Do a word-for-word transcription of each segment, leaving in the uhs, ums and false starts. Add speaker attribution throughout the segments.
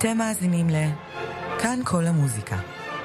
Speaker 1: אתם מאזינים ל כאן כל המוזיקה.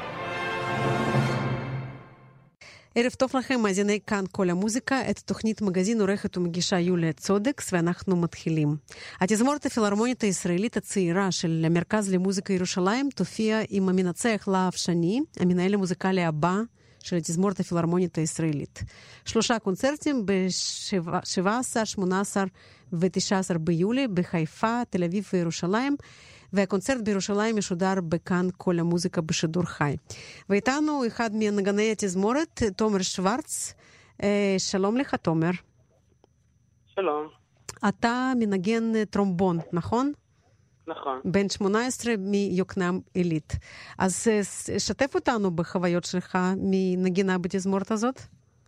Speaker 2: ערב טוב לכם, מאזיני כאן כל המוזיקה, את תוכנית מגזין עורכת ומגישה יוליה צודקס, ואנחנו מתחילים. התזמורת הפילהרמונית הישראלית הצעירה של המרכז למוזיקה ירושלים תופיע עם המנצח להב שני, המנהל המוזיקלי הבא של התזמורת הפילהרמונית הישראלית. שלושה קונצרטים ב-שבעה עשר, שמונה עשר ו-תשעה עשר ביולי בחיפה, תל אביב וירושלים, והקונצרט בירושלים משודר בכאן כל המוזיקה בשידור חי. ואיתנו אחד מנגני התזמורת, תומר שוורץ. שלום לך, תומר.
Speaker 3: שלום.
Speaker 2: אתה מנגן טרומבון, נכון?
Speaker 3: נכון.
Speaker 2: בן שמונה עשרה מיוקנעם עילית. אז שתף אותנו בחוויות שלך מנגינה בתזמורת הזאת.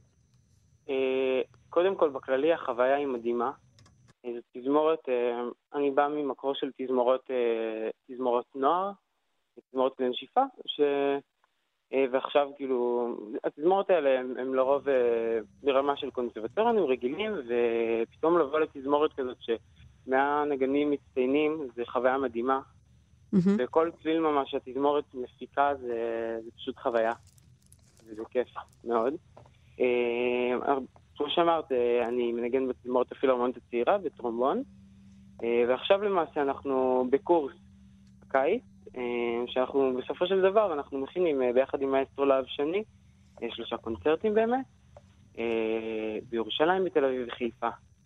Speaker 3: קודם כל, בכללי החוויה היא מדהימה. זו תזמורת, אני בא ממקור של תזמורות, תזמורות נוער, תזמורות לנשיפה, ש... ועכשיו כאילו, התזמורות האלה הם לרוב ברמה של קונסרבטוריונים רגילים, ופתאום לבוא לתזמורת כזאת שמהנגנים מצטיינים, זה חוויה מדהימה. Mm-hmm. וכל צליל ממש שהתזמורת מפיקה זה, זה פשוט חוויה, וזה כיף מאוד. כמו שאמרת, אני מנגן בתזמורת הפילהרמונית הצעירה בטרומבון, ועכשיו למעשה אנחנו בקורס הקיץ, שאנחנו בסופו של דבר אנחנו מכינים ביחד עם מאסטרו להב שני, שלושה קונצרטים באמת, בירושלים, בתל אביב וחיפה.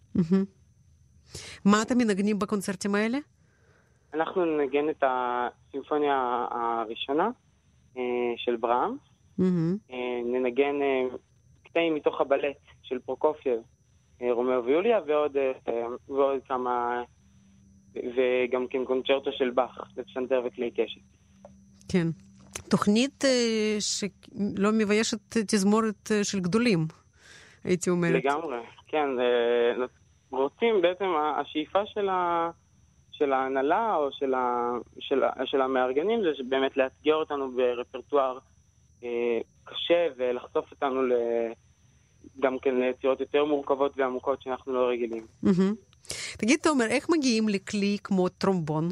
Speaker 2: מה אתם מנגנים בקונצרטים האלה?
Speaker 3: אנחנו ננגן את הסימפוניה הראשונה של ברהמס, ננגן קטעים מתוך הבלט של פרוקופייב, רומאו ויוליה, ועוד, ועוד כמה, וגם כן קונצ'רטו של באך, לפסנתר וכלי קשת.
Speaker 2: כן. תוכנית שלא מביישת תזמורת של גדולים, הייתי אומרת.
Speaker 3: לגמרי, כן. רוצים בעצם, השאיפה של, ה, של ההנהלה או של, ה, של, של המארגנים, זה באמת לאתגר אותנו ברפרטואר קשה, ולחשוף אותנו ל... גם כן ליצירות יותר מורכבות ועמוקות שאנחנו לא רגילים.
Speaker 2: תגיד, תומר, איך מגיעים לכלי כמו טרומבון?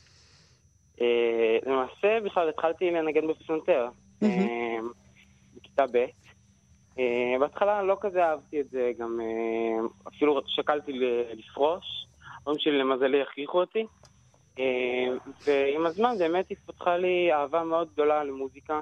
Speaker 3: למעשה, בכלל התחלתי לנגן בפסנתר, בכיתה ב'. בהתחלה לא כזה אהבתי את זה, גם אפילו שקלתי לפרוש, אומרים שלי למזלי הכריחו אותי. ועם הזמן באמת התפתחה לי אהבה מאוד גדולה למוזיקה,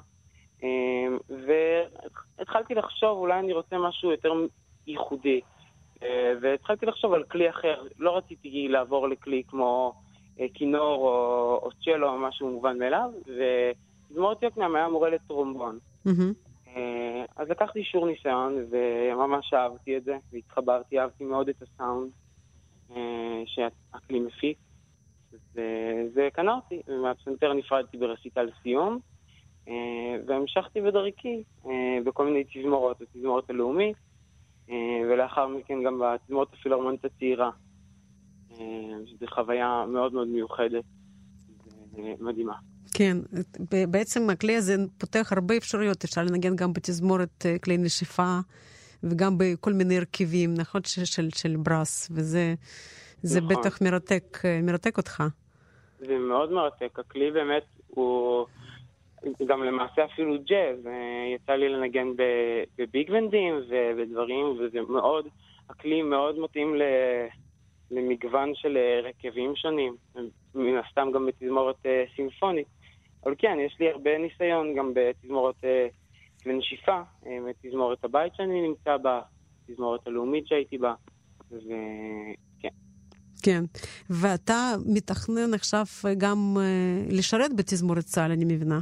Speaker 3: והתחלתי לחשוב, אולי אני רוצה משהו יותר ייחודי, והתחלתי לחשוב על כלי אחר. לא רציתי לעבור לכלי כמו כינור או, או צ'לו או משהו מובן מאליו, ותזמורת יוקנעם היה מורה לטרומבון. אז לקחתי שיעור ניסיון וממש אהבתי את זה, והתחברתי, אהבתי מאוד את הסאונד שהכלי מפיק, וזה קנה אותי. ומהפסנתר נפרדתי ברסיטל סיום, והמשכתי בדרכי בכל מיני תזמורות, התזמורת הלאומית, ולאחר מכן גם בתזמורת הפילהרמונית הצעירה, שזו חוויה מאוד מאוד מיוחדת ומדהימה.
Speaker 2: כן, בעצם הכלי הזה פותח הרבה אפשרויות, אפשר לנגן גם בתזמורת כלי נשיפה, וגם בכל מיני הרכבים, נכון, של, של ברס, וזה זה נכון. בטח מרתק, מרתק אותך.
Speaker 3: זה מאוד מרתק, הכלי באמת הוא... גם למעשה אפילו ג'אז, יצא לי לנגן בביג בנדים ובדברים, וזה מאוד, הכלי מאוד מתאים למגוון של רכבים שונים, מן הסתם גם בתזמורת סימפונית. אבל כן, יש לי הרבה ניסיון גם בתזמורת לנשיפה, בתזמורת הבית שאני נמצא בה, תזמורת הלאומית שהייתי בה, וכן.
Speaker 2: כן, ואתה מתכנן עכשיו גם לשרת בתזמורת צה"ל, אני מבינה.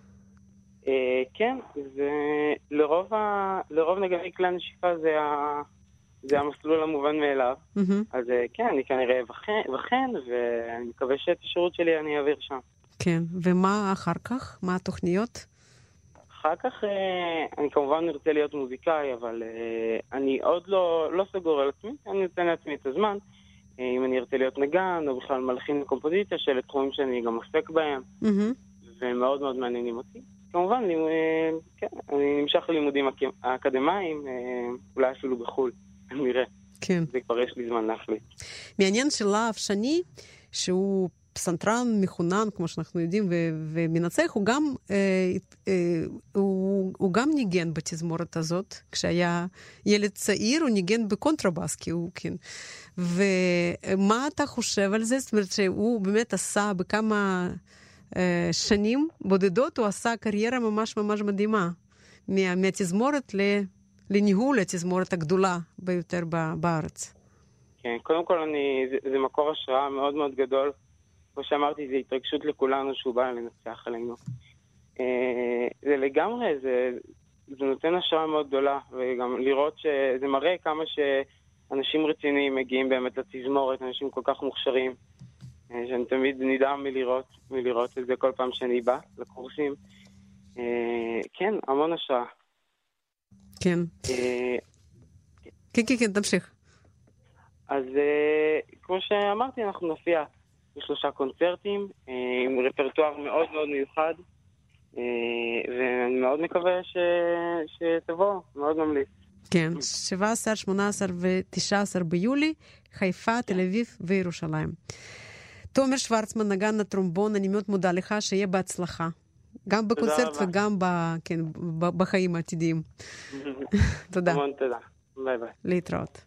Speaker 3: כן, זה לרוב ה... לרוב נגני כלי הנשיפה זה ה... זה המסלול המובן מאליו. אז כן, אני כנראה וכן, ואני מקווה שאת השירות שלי אני אעביר שם.
Speaker 2: כן, ומה אחר כך? מה התוכניות?
Speaker 3: אחר כך אני כמובן נרצה להיות מוזיקאי, אבל אני עוד לא, לא סגור על עצמי, אני נותן לעצמי את הזמן. אם אני ארצה להיות נגן, או בכלל מלחין קומפוזיציה, שאלה תחומים שאני גם עוסק בהם, ומאוד מאוד מעניינים אותי. כמובן, אני, כן, אני נמשך ללימודים האקדמיים, אולי אפילו בחול, נראה.
Speaker 2: כן.
Speaker 3: זה כבר יש לי זמן להחליט.
Speaker 2: מעניין של להב שני, שהוא פסנתרן, מחונן, כמו שאנחנו יודעים, ו- ומנצח, הוא גם, אה, אה, הוא, הוא גם ניגן בתזמורת הזאת. כשהיה ילד צעיר, הוא ניגן בקונטרבאס, כי הוא, כן. ומה אתה חושב על זה? זאת אומרת שהוא באמת עשה בכמה אה, שנים בודדות, הוא עשה קריירה ממש ממש מדהימה. מה, מהתזמורת ל, לניהול התזמורת הגדולה ביותר בארץ.
Speaker 3: כן, קודם כל אני, זה, זה מקור השראה מאוד מאוד גדול. כמו שאמרתי, זה התרגשות לכולנו שהוא בא לנצח עלינו. אה, זה לגמרי, זה, זה נותן השראה מאוד גדולה, וגם לראות שזה מראה כמה שאנשים רציניים מגיעים באמת לתזמורת, אנשים כל כך מוכשרים, אה, שאני תמיד נדהם מלראות, מלראות את זה כל פעם שאני בא לקורסים. אה, כן, המון השראה.
Speaker 2: כן.
Speaker 3: אה,
Speaker 2: כן, כן, כן, תמשיך.
Speaker 3: אז uh, כמו שאמרתי, אנחנו נופיע בשלושה קונצרטים uh, עם רפרטואר מאוד מאוד מיוחד, uh, ואני מאוד מקווה ש... שתבוא, מאוד ממליץ.
Speaker 2: כן, שבעה עשר, שמונה עשר ו-תשעה עשר ביולי, חיפה, תל אביב וירושלים. תומר שוורצמן, נגן הטרומבון, אני מאוד מודה לך, שיהיה בהצלחה. גם בקונצרט וגם ב... כן, בחיים העתידיים. תודה.
Speaker 3: המון תודה. ביי ביי.
Speaker 2: להתראות.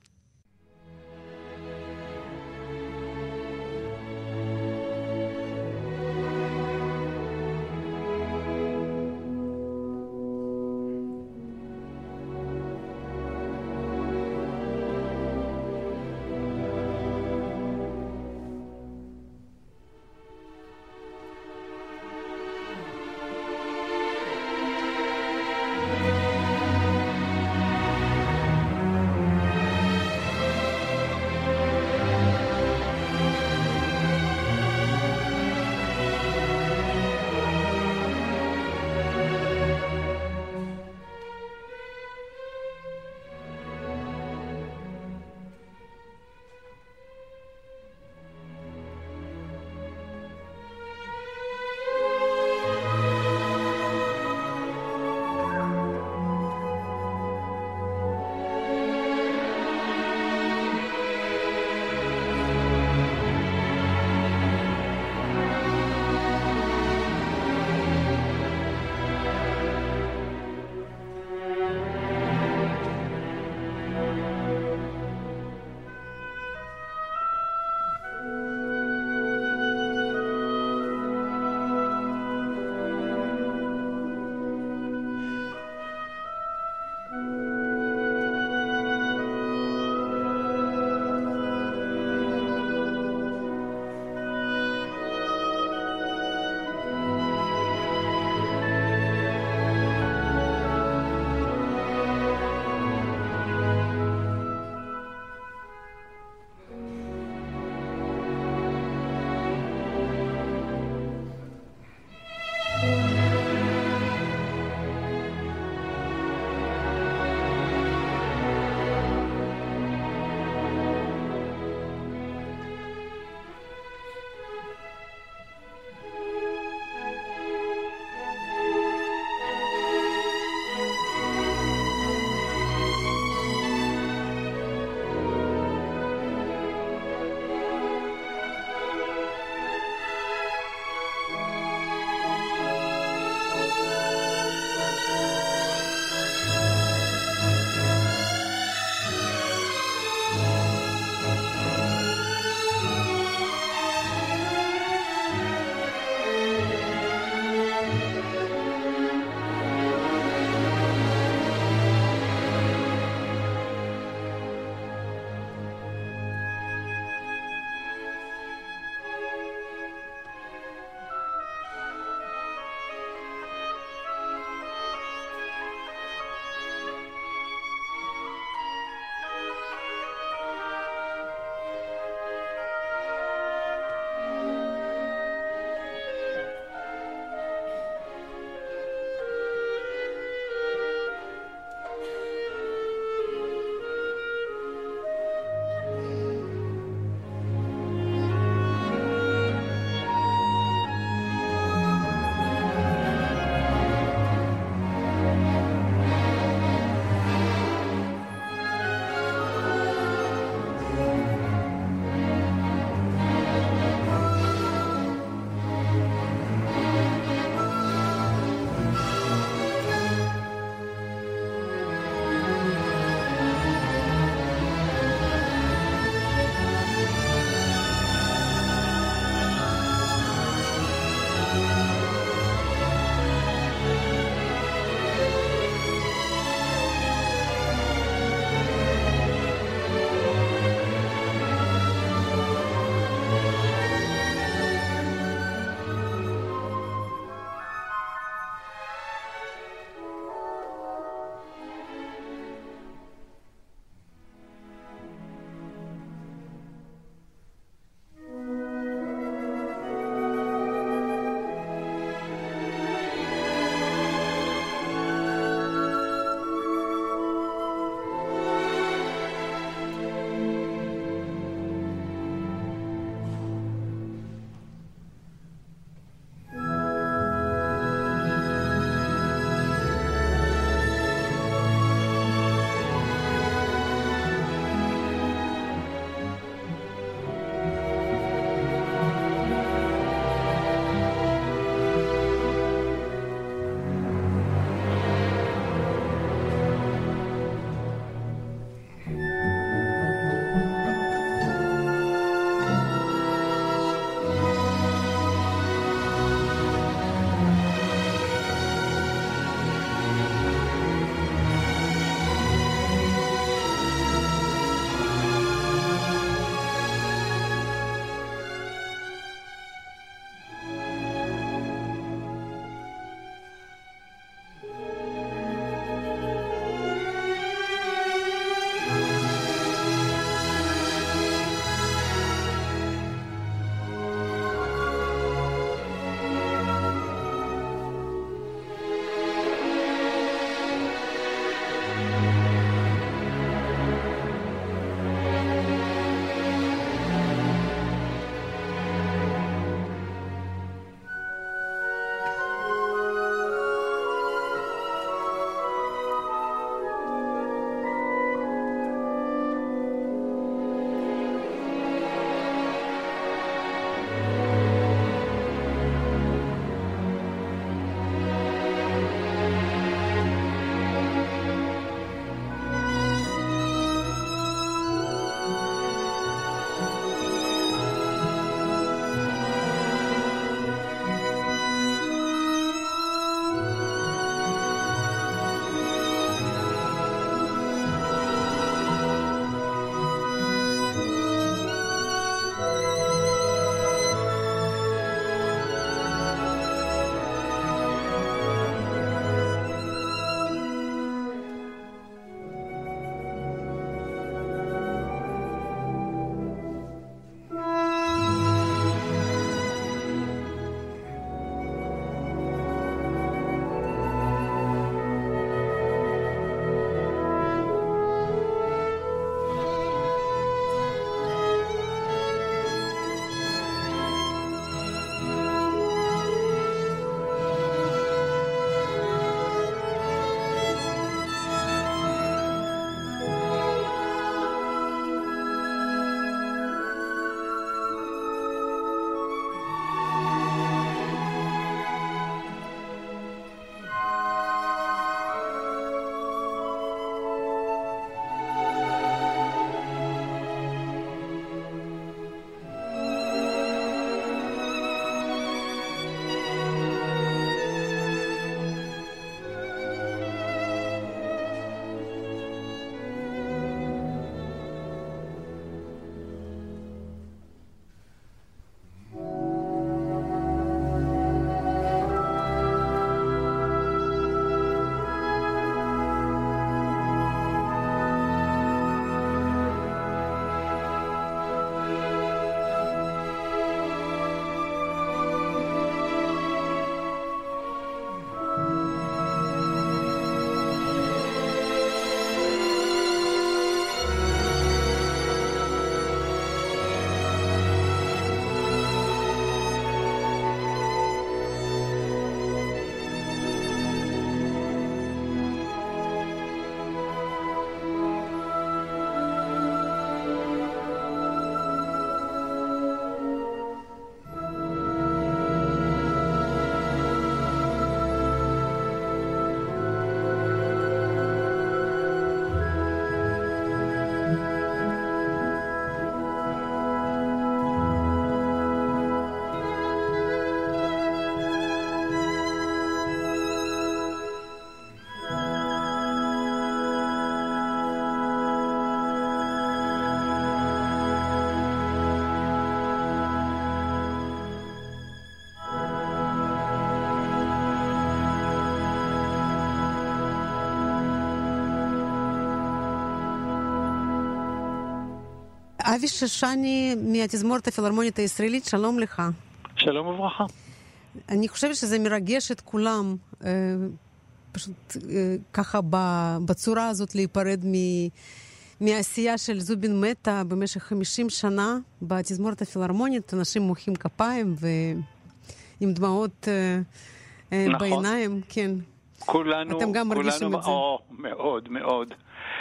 Speaker 2: אבי שושני מהתזמורת הפילהרמונית הישראלית, שלום לך.
Speaker 4: שלום וברכה.
Speaker 2: אני חושבת שזה מרגש את כולם, פשוט ככה בצורה הזאת להיפרד מהעשייה של זובין מטה במשך חמישים שנה בתזמורת הפילהרמונית. אנשים מוחאים כפיים ועם דמעות נכון. בעיניים, כן.
Speaker 4: כולנו,
Speaker 2: אתם גם מרגישים
Speaker 4: כולנו,
Speaker 2: את זה.
Speaker 4: או, מאוד, מאוד.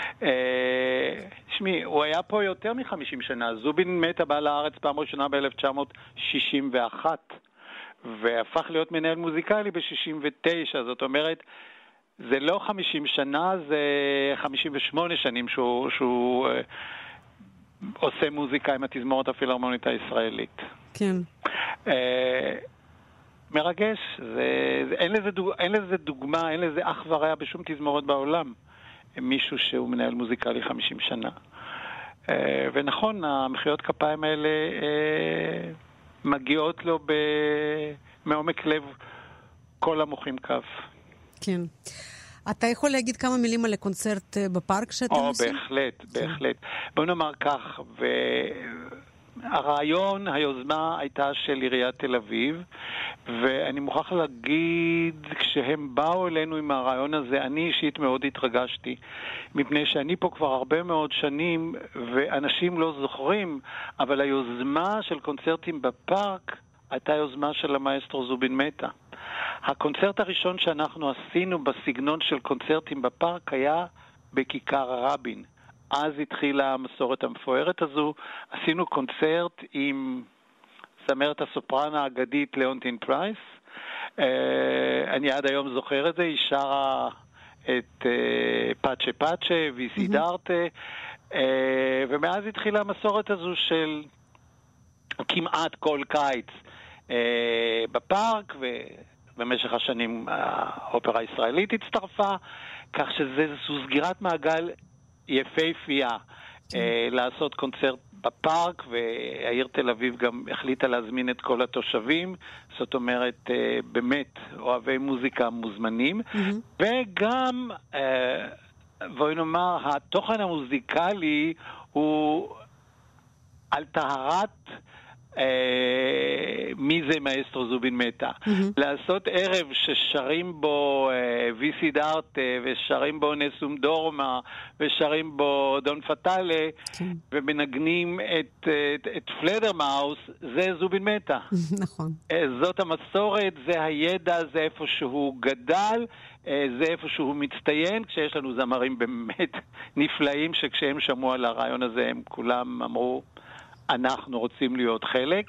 Speaker 4: שמי, הוא היה פה יותר מ-חמישים שנה. זובין מטה בא לארץ פעם ראשונה ב-אלף תשע מאות שישים ואחת, והפך להיות מנהל מוזיקלי ב-שישים ותשע. זאת אומרת, זה לא חמישים שנה, זה חמישים ושמונה שנים שהוא, שהוא אה, עושה מוזיקה עם התזמורת הפילהרמונית הישראלית.
Speaker 2: כן.
Speaker 4: אה, מרגש. זה, זה, אין, לזה דוג, אין לזה דוגמה, אין לזה אח ורע בשום תזמורת בעולם. מישהו שהוא מנהל מוזיקלי חמישים שנה. אה, ונכון, המחיאות כפיים האלה אה, מגיעות לו מעומק לב כל המוחים כף.
Speaker 2: כן. אתה יכול להגיד כמה מילים על הקונצרט בפארק שאתם
Speaker 4: או,
Speaker 2: עושים?
Speaker 4: בהחלט, בהחלט. בואו נאמר כך, והרעיון, היוזמה הייתה של עיריית תל אביב, ואני מוכרח להגיד, כשהם באו אלינו עם הרעיון הזה, אני אישית מאוד התרגשתי, מפני שאני פה כבר הרבה מאוד שנים, ואנשים לא זוכרים, אבל היוזמה של קונצרטים בפארק הייתה יוזמה של המאסטרו זובין מטה. הקונצרט הראשון שאנחנו עשינו בסגנון של קונצרטים בפארק היה בכיכר רבין. אז התחילה המסורת המפוארת הזו. עשינו קונצרט עם זמרת הסופרן האגדית ליאונטין פרייס. אני עד היום זוכר את זה. היא שרה את פאצ'ה פאצ'ה ויסידרטה. ומאז התחילה המסורת הזו של כמעט כל קיץ בפארק, ובמשך השנים האופרה הישראלית הצטרפה, כך שזו סגירת מעגל יפהפייה לעשות קונצרט בפארק, והעיר תל אביב גם החליטה להזמין את כל התושבים, זאת אומרת באמת אוהבי מוזיקה מוזמנים, וגם בואי נאמר, התוכן המוזיקלי הוא על טהרת אה, מי זה מאסטרו זובין מטה. Mm-hmm. לעשות ערב ששרים בו אה, ויסידרטה, ושרים בו נסום דורמה, ושרים בו דון פטאלה, mm-hmm. ומנגנים את, את, את פלדרמאוס, זה זובין מטה.
Speaker 2: נכון.
Speaker 4: אה, זאת המסורת, זה הידע, זה איפה שהוא גדל, אה, זה איפה שהוא מצטיין, כשיש לנו זמרים באמת נפלאים, שכשהם שמעו על הרעיון הזה, הם כולם אמרו, אנחנו רוצים להיות חלק,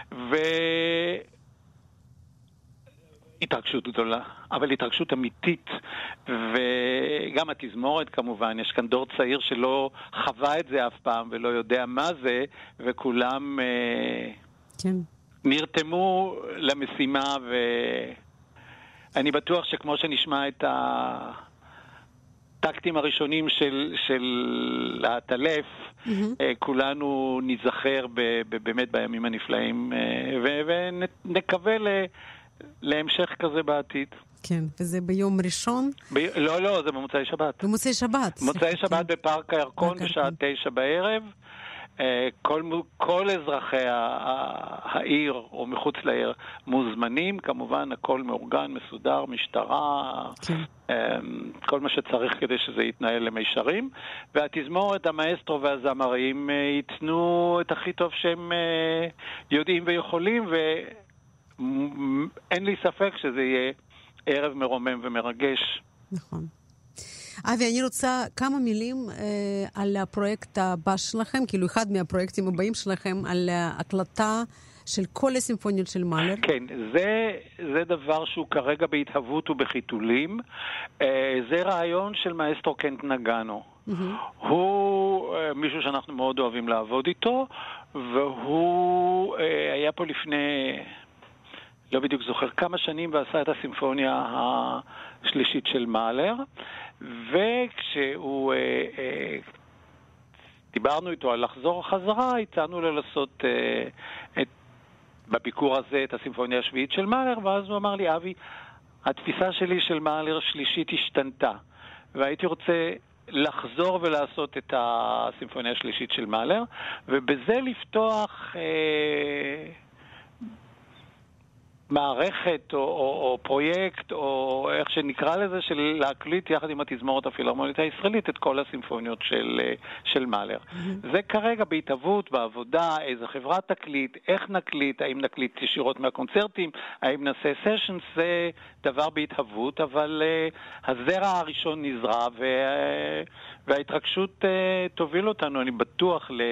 Speaker 4: והתרגשות גדולה, אבל התרגשות אמיתית, וגם התזמורת כמובן, יש כאן דור צעיר שלא חווה את זה אף פעם, ולא יודע מה זה, וכולם
Speaker 2: כן.
Speaker 4: נרתמו למשימה, ואני בטוח שכמו שנשמע את ה... טקטים הראשונים של, של הטלף, mm-hmm. כולנו נזכר ב, ב, באמת בימים הנפלאים, ו, ונקווה ל, להמשך כזה בעתיד.
Speaker 2: כן, וזה ביום ראשון?
Speaker 4: ב, לא, לא, זה במוצאי שבת.
Speaker 2: במוצאי שבת.
Speaker 4: מוצאי שבת כן. בפארק הירקון בשעה תשע בערב. כל, כל אזרחי העיר או מחוץ לעיר מוזמנים, כמובן הכל מאורגן, מסודר, משטרה, כן. כל מה שצריך כדי שזה יתנהל למישרים, והתזמורת, המאסטרו והזמרים ייתנו את הכי טוב שהם יודעים ויכולים, ואין לי ספק שזה יהיה ערב מרומם ומרגש.
Speaker 2: נכון. אבי, אני רוצה כמה מילים אה, על הפרויקט הבא שלכם, כאילו אחד מהפרויקטים הבאים שלכם, על ההקלטה של כל הסימפוניות של מאלר.
Speaker 4: כן, זה, זה דבר שהוא כרגע בהתהוות ובחיתולים. אה, זה רעיון של מאסטרו קנט נגאנו. Mm-hmm. הוא אה, מישהו שאנחנו מאוד אוהבים לעבוד איתו, והוא אה, היה פה לפני... לא בדיוק זוכר כמה שנים, ועשה את הסימפוניה השלישית של מאלר, וכשהוא אה, אה, דיברנו איתו על לחזור חזרה, הצענו לו לעשות אה, את, בביקור הזה את הסימפוניה השביעית של מאלר, ואז הוא אמר לי, אבי, התפיסה שלי של מאלר שלישית השתנתה, והייתי רוצה לחזור ולעשות את הסימפוניה השלישית של מאלר, ובזה לפתוח אה, מערכת או, או, או פרויקט, או איך שנקרא לזה, של להקליט יחד עם התזמורת הפילהרמונית הישראלית את כל הסימפוניות של, של מאלר. Mm-hmm. זה כרגע בהתהוות, בעבודה, איזה חברה תקליט, איך נקליט, האם נקליט ישירות מהקונצרטים, האם נעשה סשנס, זה דבר בהתהוות, אבל uh, הזרע הראשון נזרע, וה, וההתרגשות uh, תוביל אותנו, אני בטוח ל...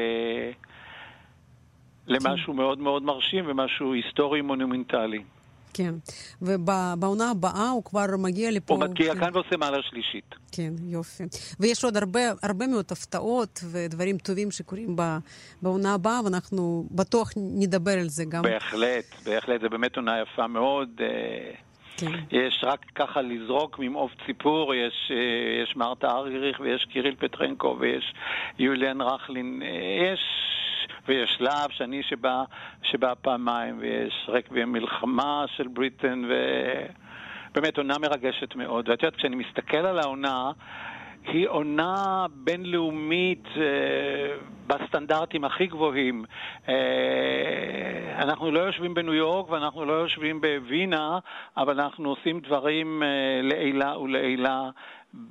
Speaker 4: למשהו מאוד מאוד מרשים ומשהו היסטורי מונומנטלי.
Speaker 2: כן, ובעונה הבאה הוא כבר מגיע לפה...
Speaker 4: הוא מגיע כאן ועושה מעלה שלישית.
Speaker 2: כן, יופי. ויש עוד הרבה, הרבה מאוד הפתעות ודברים טובים שקורים בעונה הבאה, ואנחנו בטוח נדבר על זה גם.
Speaker 4: בהחלט, בהחלט, זה באמת עונה יפה מאוד. כן. יש רק ככה לזרוק ממעוף ציפור, יש, יש מרתה אריריך ויש קיריל פטרנקו ויש יוליאן רחלין, יש... ויש לאב שאני שבא, שבא פעמיים, ויש רקבים מלחמה של בריטן, ובאמת עונה מרגשת מאוד. ואת יודעת, כשאני מסתכל על העונה, היא עונה בינלאומית אה, בסטנדרטים הכי גבוהים. אה, אנחנו לא יושבים בניו יורק ואנחנו לא יושבים בווינה, אבל אנחנו עושים דברים אה, לעילה ולעילה ב...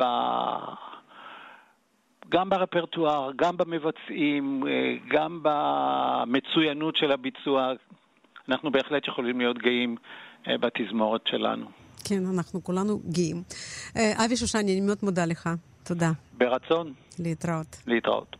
Speaker 4: גם ברפרטואר, גם במבצעים, גם במצוינות של הביצוע. אנחנו בהחלט יכולים להיות גאים בתזמורת שלנו.
Speaker 2: כן, אנחנו כולנו גאים. אבי שושני, אני מאוד מודה לך. תודה.
Speaker 4: ברצון.
Speaker 2: להתראות.
Speaker 4: להתראות.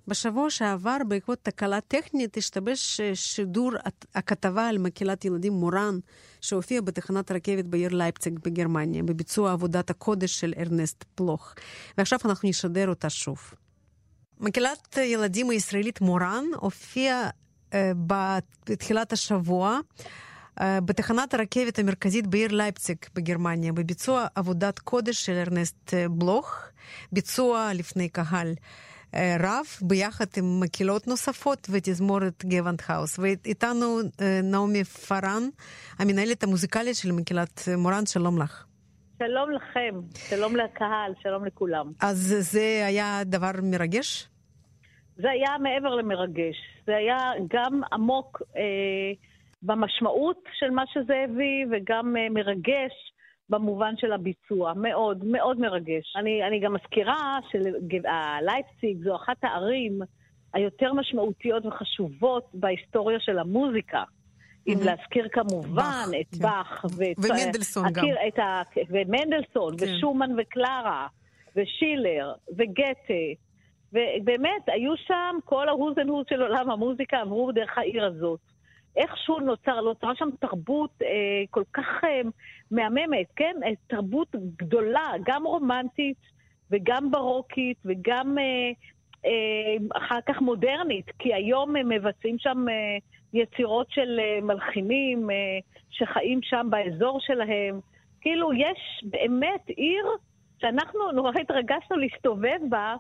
Speaker 2: בשבוע שעבר, בעקבות תקלה טכנית, השתבש שידור הכתבה על מקהלת ילדים מורן, שהופיע בתחנת רכבת בעיר לייפציג בגרמניה, בביצוע עבודת הקודש של ארנסט בלוך. ועכשיו אנחנו נשדר אותה שוב. מקהלת ילדים הישראלית מורן הופיע אה, בתחילת השבוע, אה, בתחנת הרכבת המרכזית בעיר לייפציג בגרמניה, בביצוע עבודת קודש של ארנסט בלוך, ביצוע לפני קהל רב, ביחד עם מקהלות נוספות ותזמורת גוונדהאוס. ואיתנו נעמי פארן, המנהלת המוזיקלית של מקהלת מורן. שלום לך.
Speaker 5: שלום לכם, שלום לקהל, שלום לכולם.
Speaker 2: אז זה היה דבר מרגש?
Speaker 5: זה היה מעבר למרגש. זה היה גם עמוק אה, במשמעות של מה שזה הביא, וגם אה, מרגש במובן של הביצוע. מאוד, מאוד מרגש. אני, אני גם מזכירה שלייפציג זו אחת הערים היותר משמעותיות וחשובות בהיסטוריה של המוזיקה. אם להזכיר כמובן את באך
Speaker 2: ומנדלסון גם.
Speaker 5: ומנדלסון ושומן וקלרה ושילר וגתה. ובאמת היו שם כל ההוז אנד הוז של עולם המוזיקה עברו דרך העיר הזאת. איכשהו נוצר, נוצרה שם תרבות אה, כל כך אה, מהממת, כן? תרבות גדולה, גם רומנטית וגם ברוקית וגם אה, אה, אחר כך מודרנית, כי היום הם מבצעים שם אה, יצירות של אה, מלחינים אה, שחיים שם באזור שלהם. כאילו יש באמת עיר שאנחנו נורא התרגשנו להסתובב בה,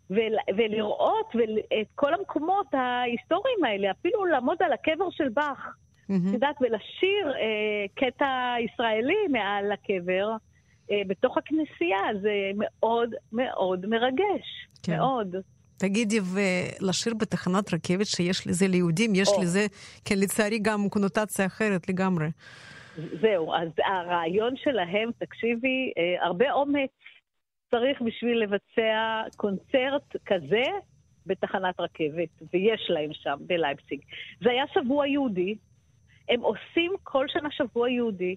Speaker 5: ולראות את כל המקומות ההיסטוריים האלה, אפילו לעמוד על הקבר של באך, יודעת, ולשיר קטע ישראלי מעל הקבר, בתוך הכנסייה, זה מאוד מאוד מרגש, מאוד.
Speaker 2: תגידי, ולשיר בתחנת רכבת שיש לזה ליהודים, יש לזה, כן, לצערי גם קונוטציה אחרת לגמרי.
Speaker 5: זהו, אז הרעיון שלהם, תקשיבי, הרבה אומץ, צריך בשביל לבצע קונצרט כזה בתחנת רכבת, ויש להם שם בלייפציג. זה היה שבוע יהודי, הם עושים כל שנה שבוע יהודי,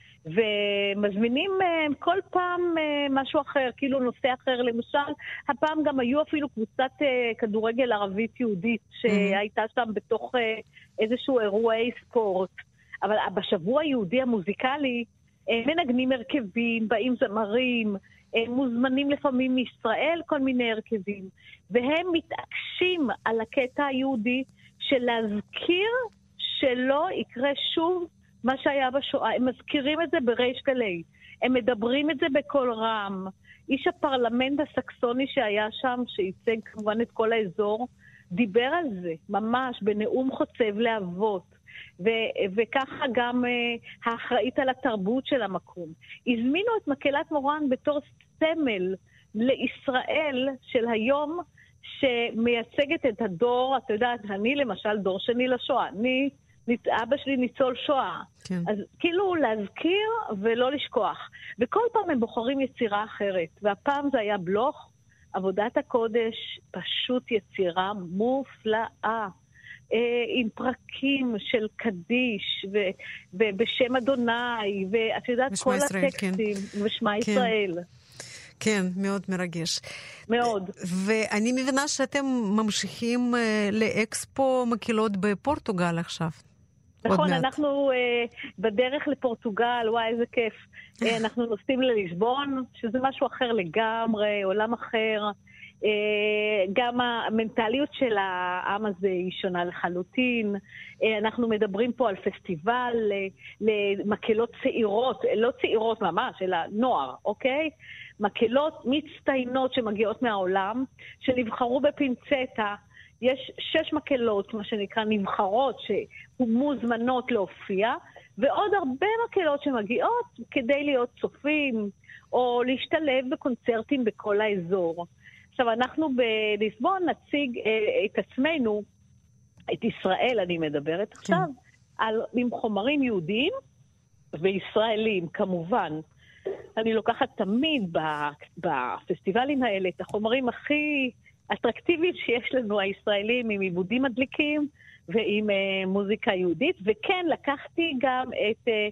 Speaker 5: ומזמינים כל פעם משהו אחר, כאילו נושא אחר. למשל, הפעם גם היו אפילו קבוצת כדורגל ערבית יהודית, שהייתה שם בתוך איזשהו אירועי ספורט. אבל בשבוע היהודי המוזיקלי, מנגנים הרכבים, באים זמרים, מוזמנים לפעמים מישראל, כל מיני הרכבים, והם מתעקשים על הקטע היהודי של להזכיר שלא יקרה שוב מה שהיה בשואה. הם מזכירים את זה בריש גלי, הם מדברים את זה בקול רם. איש הפרלמנט הסקסוני שהיה שם, שייצג כמובן את כל האזור, דיבר על זה ממש בנאום חוצב להבות. ו- וככה גם uh, האחראית על התרבות של המקום. הזמינו את מקהלת מורן בתור סמל לישראל של היום, שמייצגת את הדור, אתה יודעת, אני למשל דור שני לשואה, אני, אבא שלי ניצול שואה. כן. אז כאילו להזכיר ולא לשכוח. וכל פעם הם בוחרים יצירה אחרת, והפעם זה היה בלוך, עבודת הקודש, פשוט יצירה מופלאה. עם פרקים של קדיש, ובשם אדוני, ואת יודעת, כל הטקסטים, ושמה ישראל.
Speaker 2: כן, מאוד מרגש.
Speaker 5: מאוד.
Speaker 2: ואני מבינה שאתם ממשיכים לאקספו מקהלות בפורטוגל עכשיו.
Speaker 5: נכון, אנחנו בדרך לפורטוגל, וואי, איזה כיף. אנחנו נוסעים לליסבון, שזה משהו אחר לגמרי, עולם אחר. גם המנטליות של העם הזה היא שונה לחלוטין. אנחנו מדברים פה על פסטיבל למקהלות צעירות, לא צעירות ממש, אלא נוער, אוקיי? מקהלות מצטיינות שמגיעות מהעולם, שנבחרו בפינצטה. יש שש מקהלות, מה שנקרא נבחרות, שמוזמנות להופיע, ועוד הרבה מקהלות שמגיעות כדי להיות צופים, או להשתלב בקונצרטים בכל האזור. עכשיו, אנחנו בליסבון נציג אה, את עצמנו, את ישראל, אני מדברת כן. עכשיו, על, עם חומרים יהודיים וישראלים, כמובן. אני לוקחת תמיד בפסטיבלים האלה את החומרים הכי אטרקטיביים שיש לנו, הישראלים, עם עיבודים מדליקים ועם אה, מוזיקה יהודית, וכן, לקחתי גם את אה,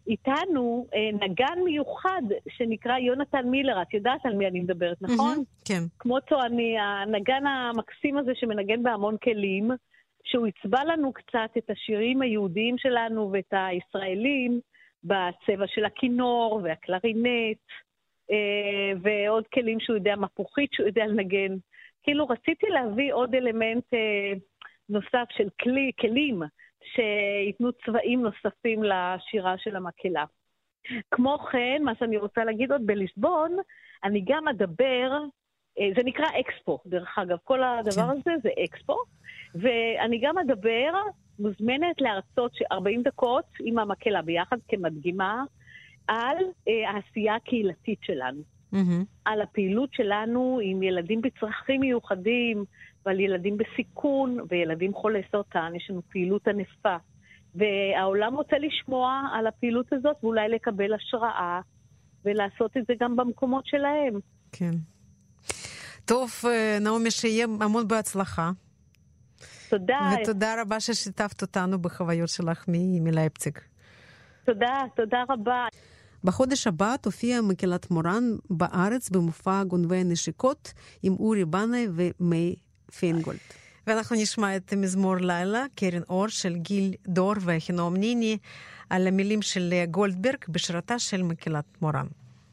Speaker 5: איתנו נגן מיוחד שנקרא יונתן מילר. את יודעת על מי אני מדברת, נכון?
Speaker 2: כן.
Speaker 5: כמו צועני, הנגן המקסים הזה שמנגן בהמון כלים, שהוא הצבע לנו קצת את השירים היהודיים שלנו ואת הישראלים בצבע של הכינור והקלרינט, ועוד כלים שהוא יודע, מפוחית שהוא יודע לנגן. כאילו רציתי להביא עוד אלמנט נוסף של כלי, כלים, שיתנו צבעים נוספים לשירה של המקהלה. כמו כן, מה שאני רוצה להגיד עוד בליסבון, אני גם אדבר, זה נקרא אקספו, דרך אגב, כל הדבר הזה זה אקספו, ואני גם אדבר, מוזמנת להרצות ארבעים דקות עם המקהלה ביחד כמדגימה, על העשייה הקהילתית שלנו. Mm-hmm. על הפעילות שלנו עם ילדים בצרכים מיוחדים, ועל ילדים בסיכון, וילדים חולי סרטן, יש לנו פעילות ענפה. והעולם רוצה לשמוע על הפעילות הזאת, ואולי לקבל השראה, ולעשות את זה גם במקומות שלהם.
Speaker 2: כן. טוב, נעמי, שיהיה המון בהצלחה.
Speaker 5: תודה.
Speaker 2: ותודה רבה ששיתפת אותנו בחוויות שלך מלייפציג.
Speaker 5: תודה, תודה רבה.
Speaker 2: בחודש הבא תופיע מקהלת מורן בארץ במופע גונבי הנשיקות עם אורי בנאי ומי פיינגולד. ואנחנו נשמע את מזמור לילה, קרן אור של גיל דור והחינום ניני, על המילים של גולדברג בשירתה של מקהלת מורן.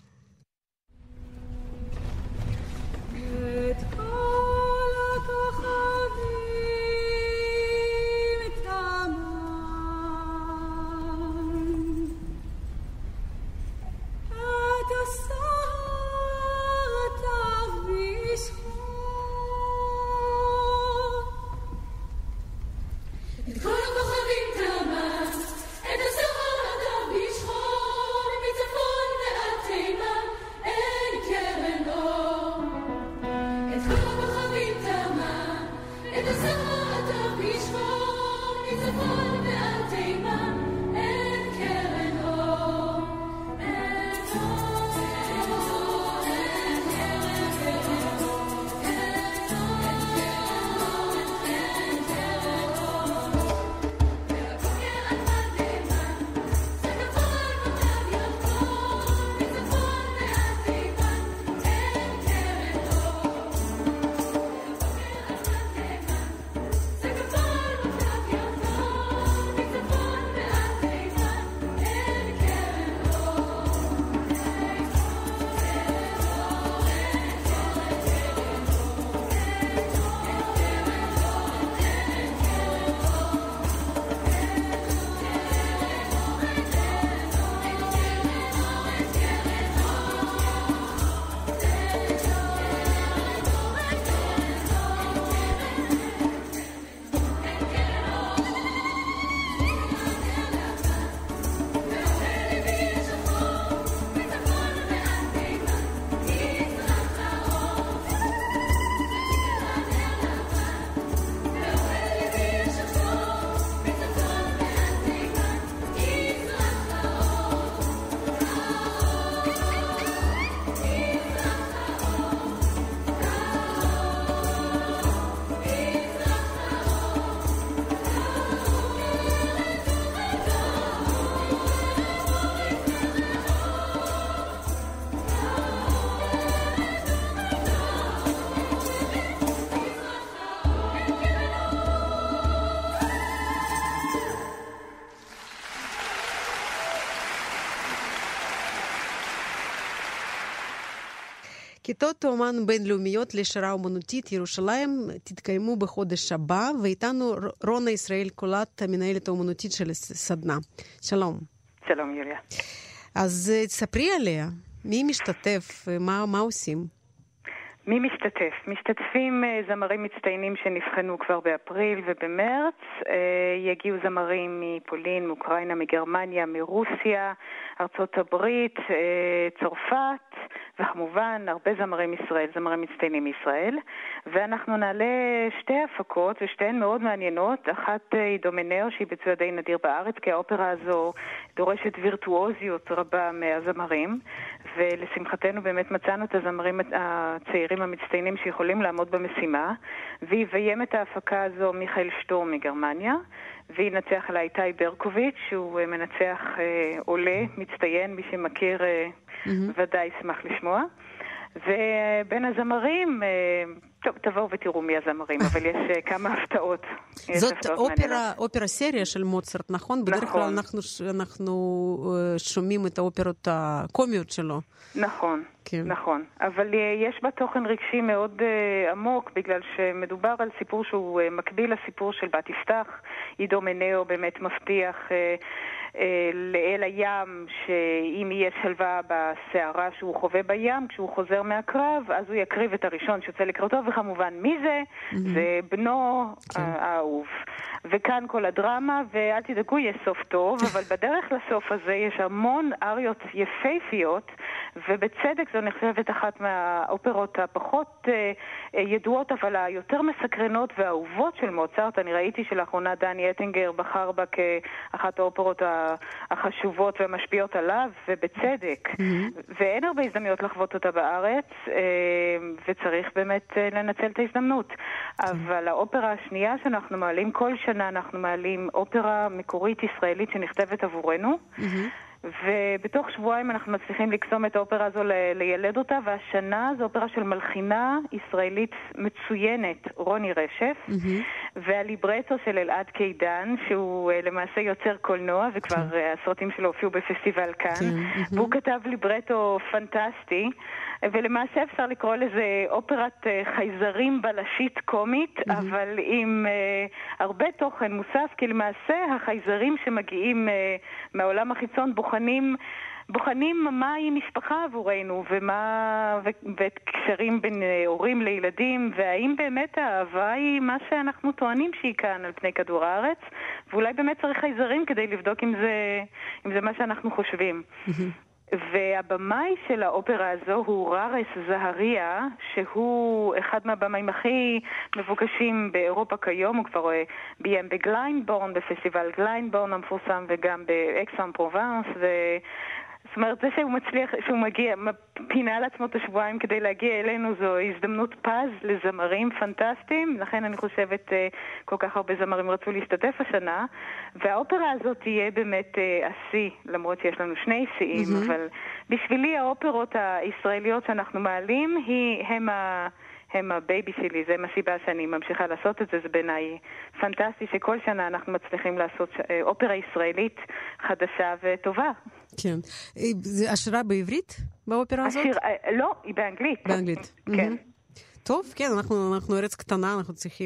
Speaker 2: כיתות אומן בינלאומיות לשירה אומנותית ירושלים תתקיימו בחודש הבא, ואיתנו רונה ישראל קולט, המנהלת האומנותית של הסדנה. שלום.
Speaker 6: שלום יוליה.
Speaker 2: אז תספרי עליה, מי משתתף, מה, מה עושים?
Speaker 6: מי משתתף? משתתפים זמרים מצטיינים שנבחנו כבר באפריל ובמרץ. יגיעו זמרים מפולין, מאוקראינה, מגרמניה, מרוסיה, ארצות הברית, צרפת וכמובן הרבה זמרים ישראל, זמרים מצטיינים מישראל, ואנחנו נעלה שתי הפקות ושתיהן מאוד מעניינות. אחת היא דומינאו שהיא ביצוע די נדיר בארץ, כי האופרה הזו דורשת וירטואוזיות רבה מהזמרים, ולשמחתנו באמת מצאנו את הזמרים הצעירים המצטיינים שיכולים לעמוד במשימה, ויביים את ההפקה הזו מיכאל שטורם מגרמניה, וינצח עליה איתי ברקוביץ' שהוא מנצח אה, עולה, מצטיין, מי שמכיר אה, mm-hmm. ודאי ישמח לשמוע. ובין הזמרים, אה, טוב, תבואו ותראו מי הזמרים, אבל יש אה, כמה הפתעות.
Speaker 2: זאת אופרה, אופרה סריה של מוצרט, נכון? בדרך
Speaker 6: נכון.
Speaker 2: כלל אנחנו, אנחנו אה, שומעים את האופרות הקומיות שלו.
Speaker 6: נכון,
Speaker 2: כן.
Speaker 6: נכון. אבל יש בה תוכן רגשי מאוד uh, עמוק, בגלל שמדובר על סיפור שהוא uh, מקביל לסיפור של בת יפתח. עידו מנאו באמת מבטיח uh, uh, לאל הים שאם יהיה שלווה בסערה שהוא חווה בים, כשהוא חוזר מהקרב, אז הוא יקריב את הראשון שיוצא לקראתו, וכמובן מי זה? Mm-hmm. זה בנו כן. האהוב. וכאן כל הדרמה, ואל תדאגו, יש סוף טוב, אבל בדרך לסוף הזה יש המון אריות יפהפיות, ובצדק זו נחשבת אחת מהאופרות הפחות אה, ידועות, אבל היותר מסקרנות והאהובות של מוצרט. אני ראיתי שלאחרונה דני אטינגר בחר בה כאחת האופרות החשובות והמשפיעות עליו, ובצדק. Mm-hmm. ואין הרבה הזדמנויות לחוות אותה בארץ, אה, וצריך באמת אה, לנצל את ההזדמנות. Mm-hmm. אבל האופרה השנייה שאנחנו מעלים, כל שנה אנחנו מעלים אופרה מקורית ישראלית שנכתבת עבורנו, mm-hmm. ובתוך שבועיים אנחנו מצליחים לקסום את האופרה הזו, ל- לילד אותה, והשנה זו אופרה של מלחינה ישראלית מצוינת, רוני רשף, mm-hmm. והליברטו של אלעד קידן, שהוא uh, למעשה יוצר קולנוע, וכבר uh, הסרטים שלו הופיעו בפסטיבל כאן, mm-hmm. והוא כתב ליברטו פנטסטי, ולמעשה אפשר לקרוא לזה אופרת uh, חייזרים בלשית קומית, mm-hmm. אבל עם uh, הרבה תוכן מוסף, כי למעשה החייזרים שמגיעים uh, מהעולם החיצון בוחנים, בוחנים מה היא משפחה עבורנו, ומה, ו- ואת קשרים בין הורים לילדים, והאם באמת האהבה היא מה שאנחנו טוענים שהיא כאן על פני כדור הארץ, ואולי באמת צריך חייזרים כדי לבדוק אם זה, אם זה מה שאנחנו חושבים. והבמאי של האופרה הזו הוא ררס זהריה, שהוא אחד מהבמאים הכי מבוקשים באירופה כיום. הוא כבר ביים בגליינבורן, בפסטיבל גליינבורן המפורסם, וגם באקסם פרובנס, ו... זאת אומרת, זה שהוא מצליח, שהוא מגיע, פינה על עצמו את השבועיים כדי להגיע אלינו, זו הזדמנות פז לזמרים פנטסטיים, לכן אני חושבת כל כך הרבה זמרים רצו להשתתף השנה, והאופרה הזאת תהיה באמת השיא, למרות שיש לנו שני שיאים, mm-hmm. אבל בשבילי האופרות הישראליות שאנחנו מעלים, היא, הם ה... הם הבייבי שלי, זה מהסיבה שאני ממשיכה לעשות את זה, זה בעיניי פנטסטי שכל שנה אנחנו מצליחים לעשות אופרה ישראלית חדשה וטובה.
Speaker 2: כן. זה השירה בעברית באופרה הזאת?
Speaker 6: השיר, לא, היא באנגלית.
Speaker 2: באנגלית.
Speaker 6: כן.
Speaker 2: טוב, כן, אנחנו, אנחנו ארץ קטנה, אנחנו צריכים...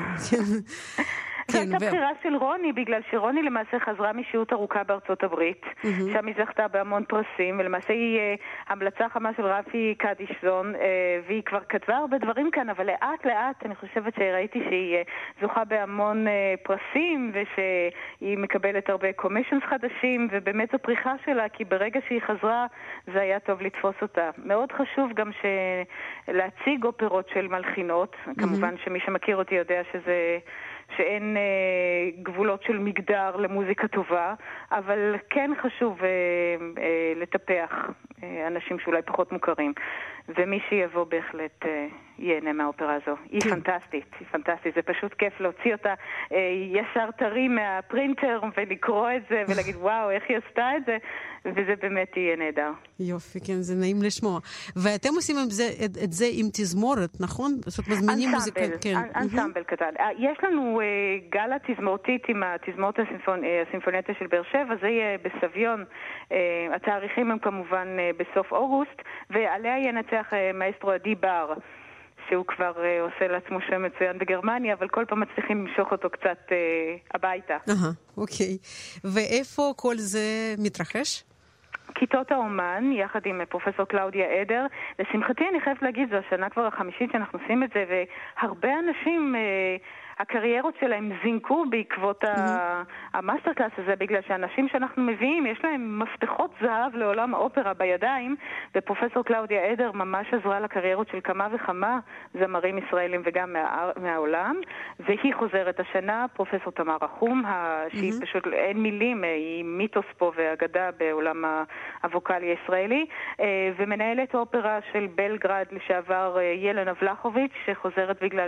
Speaker 6: זו הייתה בחירה של רוני, בגלל שרוני למעשה חזרה משהות ארוכה בארצות הברית, שם היא זכתה בהמון פרסים, ולמעשה היא המלצה חמה של רפי קדישזון, והיא כבר כתבה הרבה דברים כאן, אבל לאט לאט אני חושבת שראיתי שהיא זוכה בהמון פרסים, ושהיא מקבלת הרבה קומישנס חדשים, ובאמת זו פריחה שלה, כי ברגע שהיא חזרה זה היה טוב לתפוס אותה. מאוד חשוב גם להציג אופרות של מלחינות, כמובן שמי שמכיר אותי יודע שזה... שאין אה, גבולות של מגדר למוזיקה טובה, אבל כן חשוב אה, אה, לטפח אה, אנשים שאולי פחות מוכרים. ומי שיבוא בהחלט אה, ייהנה מהאופרה הזו. היא פנטסטית, היא פנטסטית. זה פשוט כיף להוציא אותה אה, ישר טרי מהפרינטר ולקרוא את זה ולהגיד וואו, איך היא עשתה את זה, וזה באמת יהיה נהדר.
Speaker 2: יופי, כן, זה נעים לשמוע. ואתם עושים את זה, את, את זה עם תזמורת, נכון? זאת מזמינים מוזיקה, כן.
Speaker 6: אנסמבל קטן. יש לנו אה, גלה תזמורתית עם התזמורת הסימפונ... הסימפוניאטה של באר שבע, זה יהיה בסביון. אה, התאריכים הם כמובן אה, בסוף אוגוסט, ועליה ינצח אה, מאסטרו עדי בר, שהוא כבר אה, עושה לעצמו שם מצוין בגרמניה, אבל כל פעם מצליחים למשוך אותו קצת אה, הביתה.
Speaker 2: אהה, אוקיי. ואיפה כל זה מתרחש?
Speaker 6: כיתות האומן, יחד עם פרופסור קלאודיה עדר. לשמחתי אני חייבת להגיד, זו השנה כבר החמישית שאנחנו עושים את זה, והרבה אנשים, הקריירות שלהם זינקו בעקבות
Speaker 2: Mm-hmm.
Speaker 6: המאסטר קלאס הזה, בגלל שאנשים שאנחנו מביאים, יש להם מפתחות זהב לעולם האופרה בידיים, ופרופסור קלאודיה עדר ממש עזרה לקריירות של כמה וכמה זמרים ישראלים וגם מה, מהעולם, והיא חוזרת השנה, פרופסור תמר רחום, שהיא mm-hmm. פשוט אין מילים, היא מיתוס פה ואגדה בעולם הווקלי הישראלי, ומנהלת אופרה של בלגרד לשעבר ילנה ולחוביץ', שחוזרת בגלל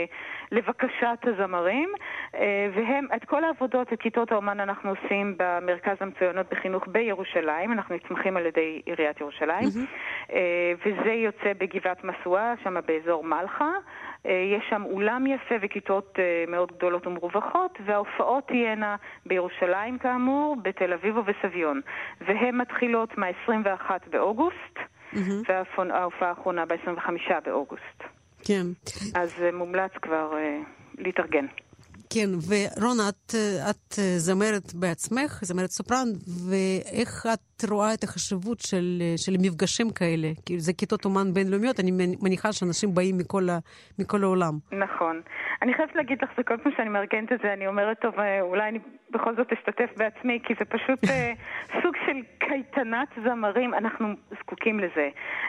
Speaker 6: שלבקשת הזמרים, והם, את כל העבודות, את כיתות האומן אנחנו עושים במרכז המצוינות בחינוך בירושלים, אנחנו נתמכים על ידי עיריית ירושלים, mm-hmm. וזה יוצא בגבעת מסועה, שם באזור מלחה, יש שם אולם יפה וכיתות מאוד גדולות ומרווחות, וההופעות תהיינה בירושלים כאמור, בתל אביב ובסביון, והן מתחילות מה-עשרים ואחד באוגוסט, mm-hmm. וההופעה האחרונה ב-עשרים וחמישה באוגוסט.
Speaker 2: כן.
Speaker 6: אז מומלץ כבר uh, להתארגן.
Speaker 2: כן, ורונה, את, את זמרת בעצמך, זמרת סופרן, ואיך את רואה את החשיבות של, של מפגשים כאלה? כי זה כיתות אומן בינלאומיות, אני מניחה שאנשים באים מכל, ה, מכל העולם.
Speaker 6: נכון. אני חייבת להגיד לך, זה כל פעם שאני מארגנת את זה, אני אומרת, טוב, אולי אני בכל זאת אשתתף בעצמי, כי זה פשוט סוג של קייטנת זמרים, אנחנו זקוקים לזה.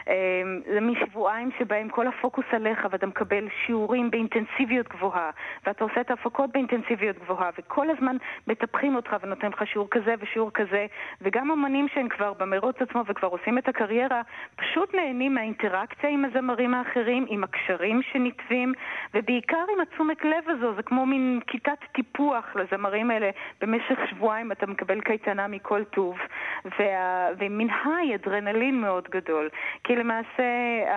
Speaker 6: זה משבועיים שבהם כל הפוקוס עליך, ואתה מקבל שיעורים באינטנסיביות גבוהה, ואתה עושה את ההפקות באינטנסיביות גבוהה, וכל הזמן מטפחים אותך ונותנים לך שיעור כזה ושיעור כזה, וגם אמנים שהם כבר במרוץ עצמו וכבר עושים את הקריירה, פשוט נהנים מהאינטראקציה עם הזמרים האחרים, עם הקשרים שנטבים, ובעיקר עם התשומת לב הזו, זה כמו מין כיתת טיפוח לזמרים האלה, במשך שבועיים אתה מקבל קייטנה מכל טוב, וה... ומין היי, אדרנלין מאוד גדול, כי למעשה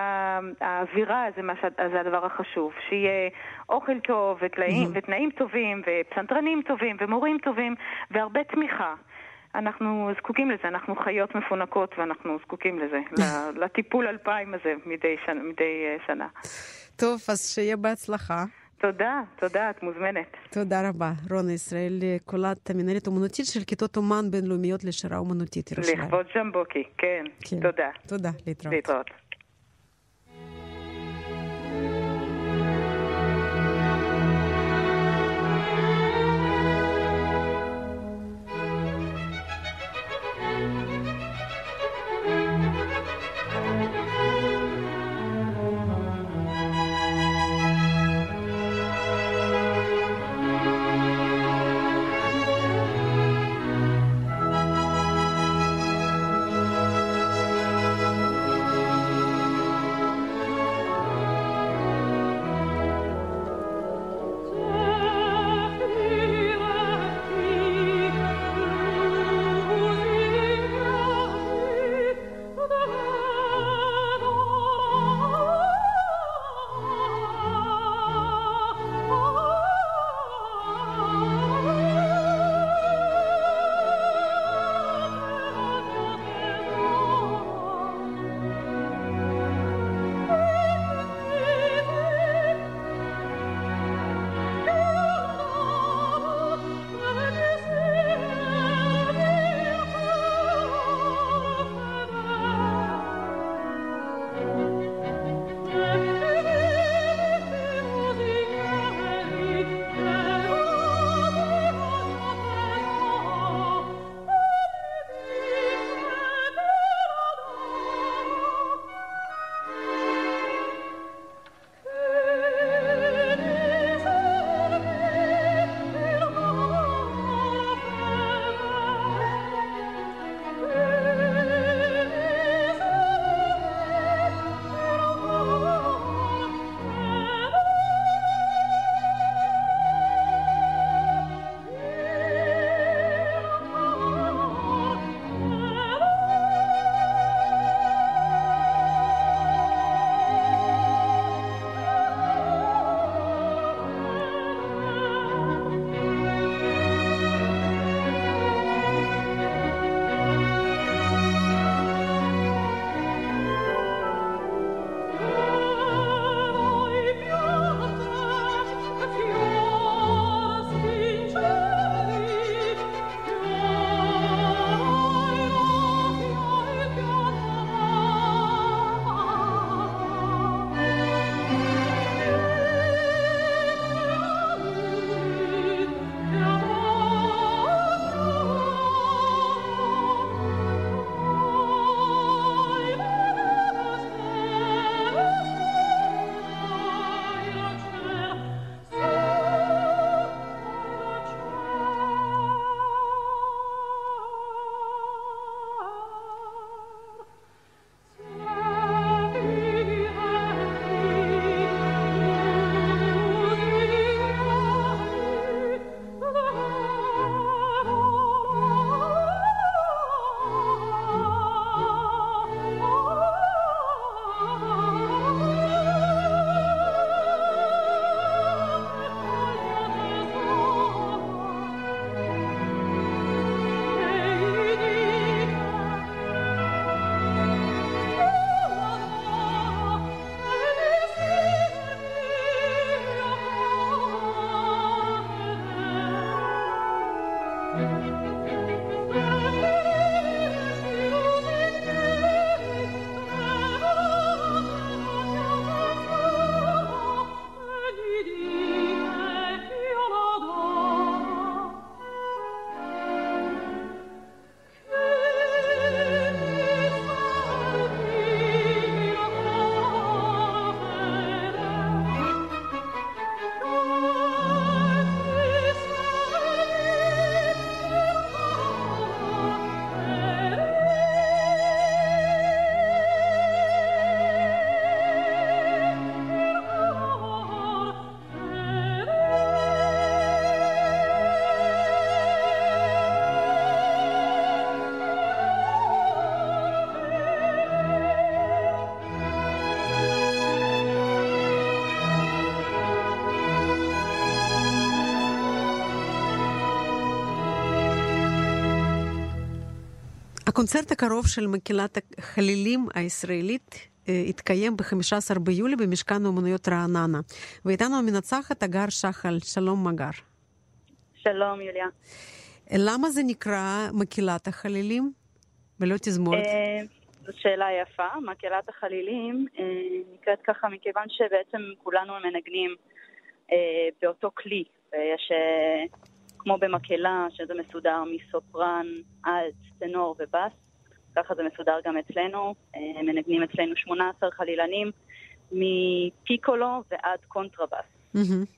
Speaker 6: האווירה זה, מה ש... זה הדבר החשוב, שיהיה אוכל טוב ותנאים, mm-hmm. ותנאים טובים ופסנתרנים טובים ומורים טובים והרבה תמיכה. אנחנו זקוקים לזה, אנחנו חיות מפונקות ואנחנו זקוקים לזה, לטיפול אלפיים הזה מדי שנה, מדי שנה.
Speaker 2: טוב, אז שיהיה בהצלחה.
Speaker 6: תודה, תודה, את מוזמנת.
Speaker 2: תודה רבה. רונה ישראל, קולת המנהלת אומנותית של כיתות אומן בינלאומיות לשירה אומנותית ירושלים.
Speaker 6: לכבוד ז'מבוקי, כן, כן. תודה.
Speaker 2: תודה, להתראות.
Speaker 6: להתראות.
Speaker 2: הקונצרט הקרוב של מקהלת החלילים הישראלית יתקיים ב-חמישה עשר ביולי במשכן האומנויות רעננה. ואיתנו המנצחת אגר שחל. שלום אגר.
Speaker 7: שלום יוליה.
Speaker 2: למה זה נקרא מקהלת החלילים ולא תזמורת?
Speaker 7: זו שאלה יפה. מקהלת החלילים נקראת ככה מכיוון שבעצם כולנו מנגנים באותו כלי. יש כמו במקהלה שזה מסודר מסופרן, אלט, טנור ובאס. ככה זה מסודר גם אצלנו. מנגנים אצלנו שמונה עשר חלילנים מפיקולו ועד קונטרבאס.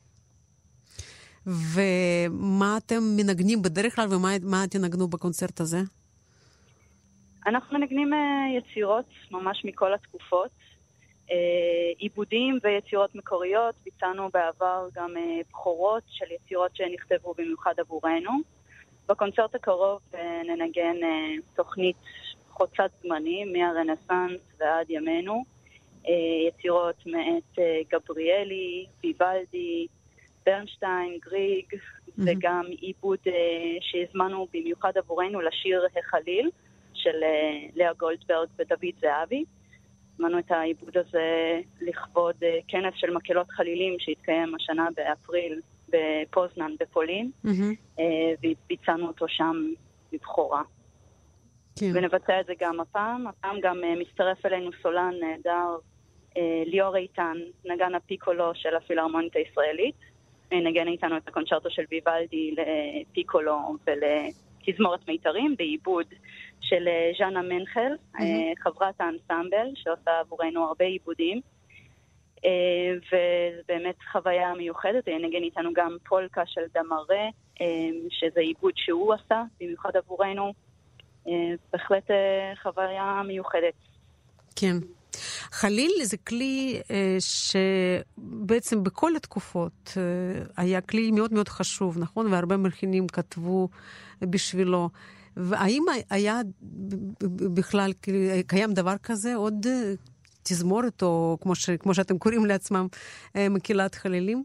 Speaker 2: ומה אתם מנגנים בדרך כלל ומה תנגנו בקונצרט הזה?
Speaker 7: אנחנו מנגנים יצירות ממש מכל התקופות. עיבודים ויצירות מקוריות. ביצענו בעבר גם בחורות של יצירות שנכתבו במיוחד עבורנו. בקונצרט הקרוב ננגן תוכנית חוצת זמנים מהרנסנס ועד ימינו. יצירות מאת גבריאלי, ויוולדי, ברנשטיין, גריג, mm-hmm. וגם עיבוד שהזמנו במיוחד עבורנו לשיר החליל של לאה גולדברג ודוד זהבי. הזמנו את העיבוד הזה לכבוד כנס של מקהלות חלילים שהתקיים השנה באפריל בפוזנן בפולין, mm-hmm. וביצענו אותו שם בבחורה. כן. ונבצע את זה גם הפעם. הפעם גם מצטרף אלינו סולן נהדר, ליאור איתן, נגן הפיקולו של הפילהרמונית הישראלית. נגן איתנו את הקונצ'רטו של ויוולדי לפיקולו ולתזמורת מיתרים, בעיבוד של ז'אנה מנחל, mm-hmm. חברת האנסמבל, שעושה עבורנו הרבה עיבודים. ובאמת חוויה מיוחדת. נגן איתנו גם פולקה של דמרה, שזה עיבוד שהוא עשה, במיוחד עבורנו. בהחלט חוויה מיוחדת.
Speaker 2: כן. חליל זה כלי שבעצם בכל התקופות היה כלי מאוד מאוד חשוב, נכון? והרבה מלחינים כתבו בשבילו. והאם היה בכלל, קיים דבר כזה, עוד תזמורת, או כמו, ש, כמו שאתם קוראים לעצמם, מקהלת חלילים?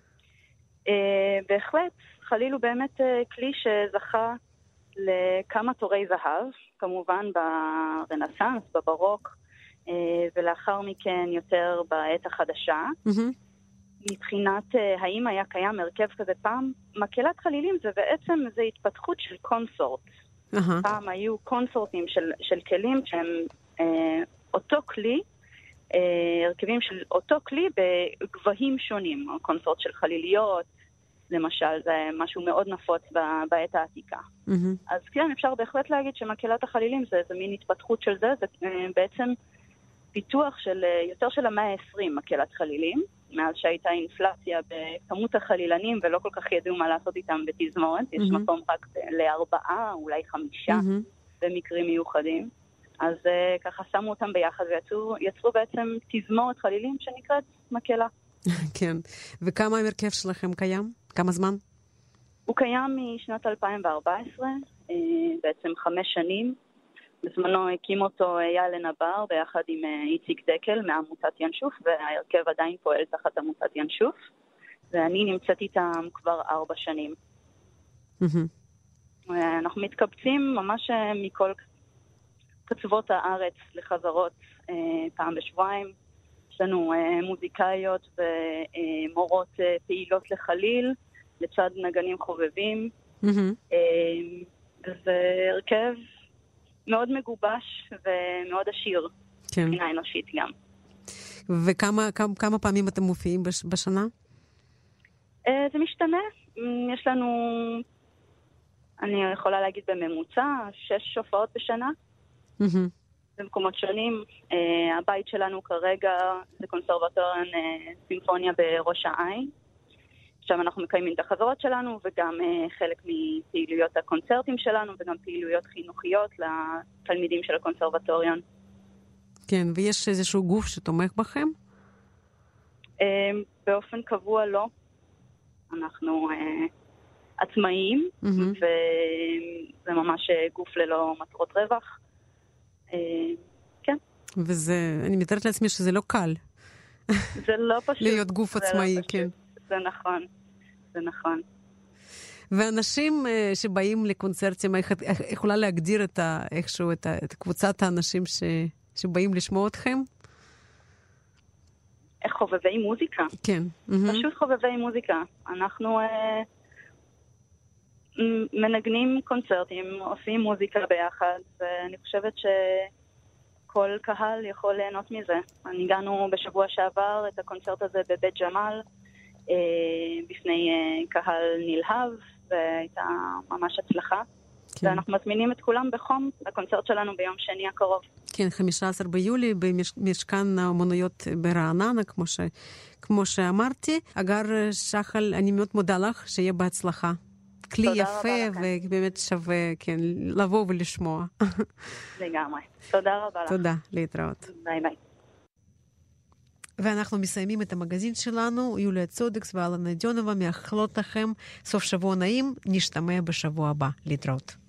Speaker 7: בהחלט. חליל הוא באמת כלי שזכה לכמה תורי זהב, כמובן ברנסנס, בברוק, ולאחר מכן יותר בעת החדשה. Mm-hmm. מבחינת האם היה קיים הרכב כזה פעם, מקהלת חלילים זה בעצם זה התפתחות של קונסורט. Uh-huh. פעם היו קונסורטים של, של כלים שהם אה, אותו כלי, אה, הרכבים של אותו כלי בגבהים שונים. קונסורט של חליליות, למשל, זה משהו מאוד נפוץ בעת העתיקה. Mm-hmm. אז כן, אפשר בהחלט להגיד שמקהלת החלילים זה, זה מין התפתחות של זה, זה אה, בעצם פיתוח של יותר של המאה ה-עשרים מקהלת חלילים, מאז שהייתה אינפלציה בכמות החלילנים ולא כל כך ידעו מה לעשות איתם בתזמורת, mm-hmm. יש מקום רק לארבעה, אולי חמישה mm-hmm. במקרים מיוחדים. אז uh, ככה שמו אותם ביחד ויצרו בעצם תזמורת חלילים שנקראת מקהלה.
Speaker 2: כן. וכמה המרכב שלכם קיים? כמה זמן?
Speaker 7: הוא קיים משנת אלפיים וארבע עשרה, uh, בעצם חמש שנים. בזמנו הקים אותו אייל לנבר ביחד עם איציק דקל מעמותת ינשוף, וההרכב עדיין פועל תחת עמותת ינשוף, ואני נמצאת איתם כבר ארבע שנים. Mm-hmm. אנחנו מתקבצים ממש מכל קצוות הארץ לחזרות פעם בשבועיים. יש לנו מוזיקאיות ומורות פעילות לחליל, לצד נגנים חובבים. Mm-hmm. זה הרכב מאוד מגובש ומאוד עשיר, כן. מבחינה אנושית גם.
Speaker 2: וכמה כמה, כמה פעמים אתם מופיעים בש, בשנה?
Speaker 7: Uh, זה משתנה. יש לנו, אני יכולה להגיד בממוצע, שש הופעות בשנה. Mm-hmm. במקומות שונים. Uh, הבית שלנו כרגע זה קונסרבטוריון uh, סימפוניה בראש העין. שם אנחנו מקיימים את החזרות שלנו, וגם uh, חלק מפעילויות הקונצרטים שלנו, וגם פעילויות חינוכיות לתלמידים של הקונסרבטוריון. כן, ויש איזשהו גוף שתומך בכם? Uh, באופן קבוע לא. אנחנו uh, עצמאיים, mm-hmm. וזה ממש גוף ללא מטרות רווח. Uh, כן.
Speaker 2: וזה, אני מתארת לעצמי שזה לא קל.
Speaker 7: זה לא פשוט.
Speaker 2: להיות גוף עצמאי,
Speaker 7: לא
Speaker 2: כן.
Speaker 7: זה נכון. זה נכון.
Speaker 2: ואנשים שבאים לקונצרטים, איך את יכולה להגדיר את ה, איכשהו את, ה, את קבוצת האנשים ש, שבאים לשמוע אתכם?
Speaker 7: איך חובבי מוזיקה?
Speaker 2: כן.
Speaker 7: פשוט חובבי מוזיקה. אנחנו אה, מנגנים קונצרטים, עושים מוזיקה ביחד, ואני חושבת שכל קהל יכול ליהנות מזה. ניגענו בשבוע שעבר את הקונצרט הזה בבית ג'מאל, אה, בפני אה, קהל נלהב, והייתה ממש הצלחה. כן. ואנחנו מזמינים את כולם בחום לקונצרט שלנו ביום שני הקרוב.
Speaker 2: כן, חמישה עשר ביולי במשכן האומנויות ברעננה, כמו, ש... כמו שאמרתי. אגר שחל, אני מאוד מודה לך, שיהיה בהצלחה. כלי יפה ובאמת שווה, כן, לבוא ולשמוע.
Speaker 7: לגמרי. תודה רבה לך.
Speaker 2: תודה, להתראות.
Speaker 7: ביי ביי.
Speaker 2: ואנחנו מסיימים את המגזין שלנו. יוליה צודקס ואלנה דיונובה מאחלות לכם סוף שבוע נעים. נשתמע בשבוע הבא. להתראות.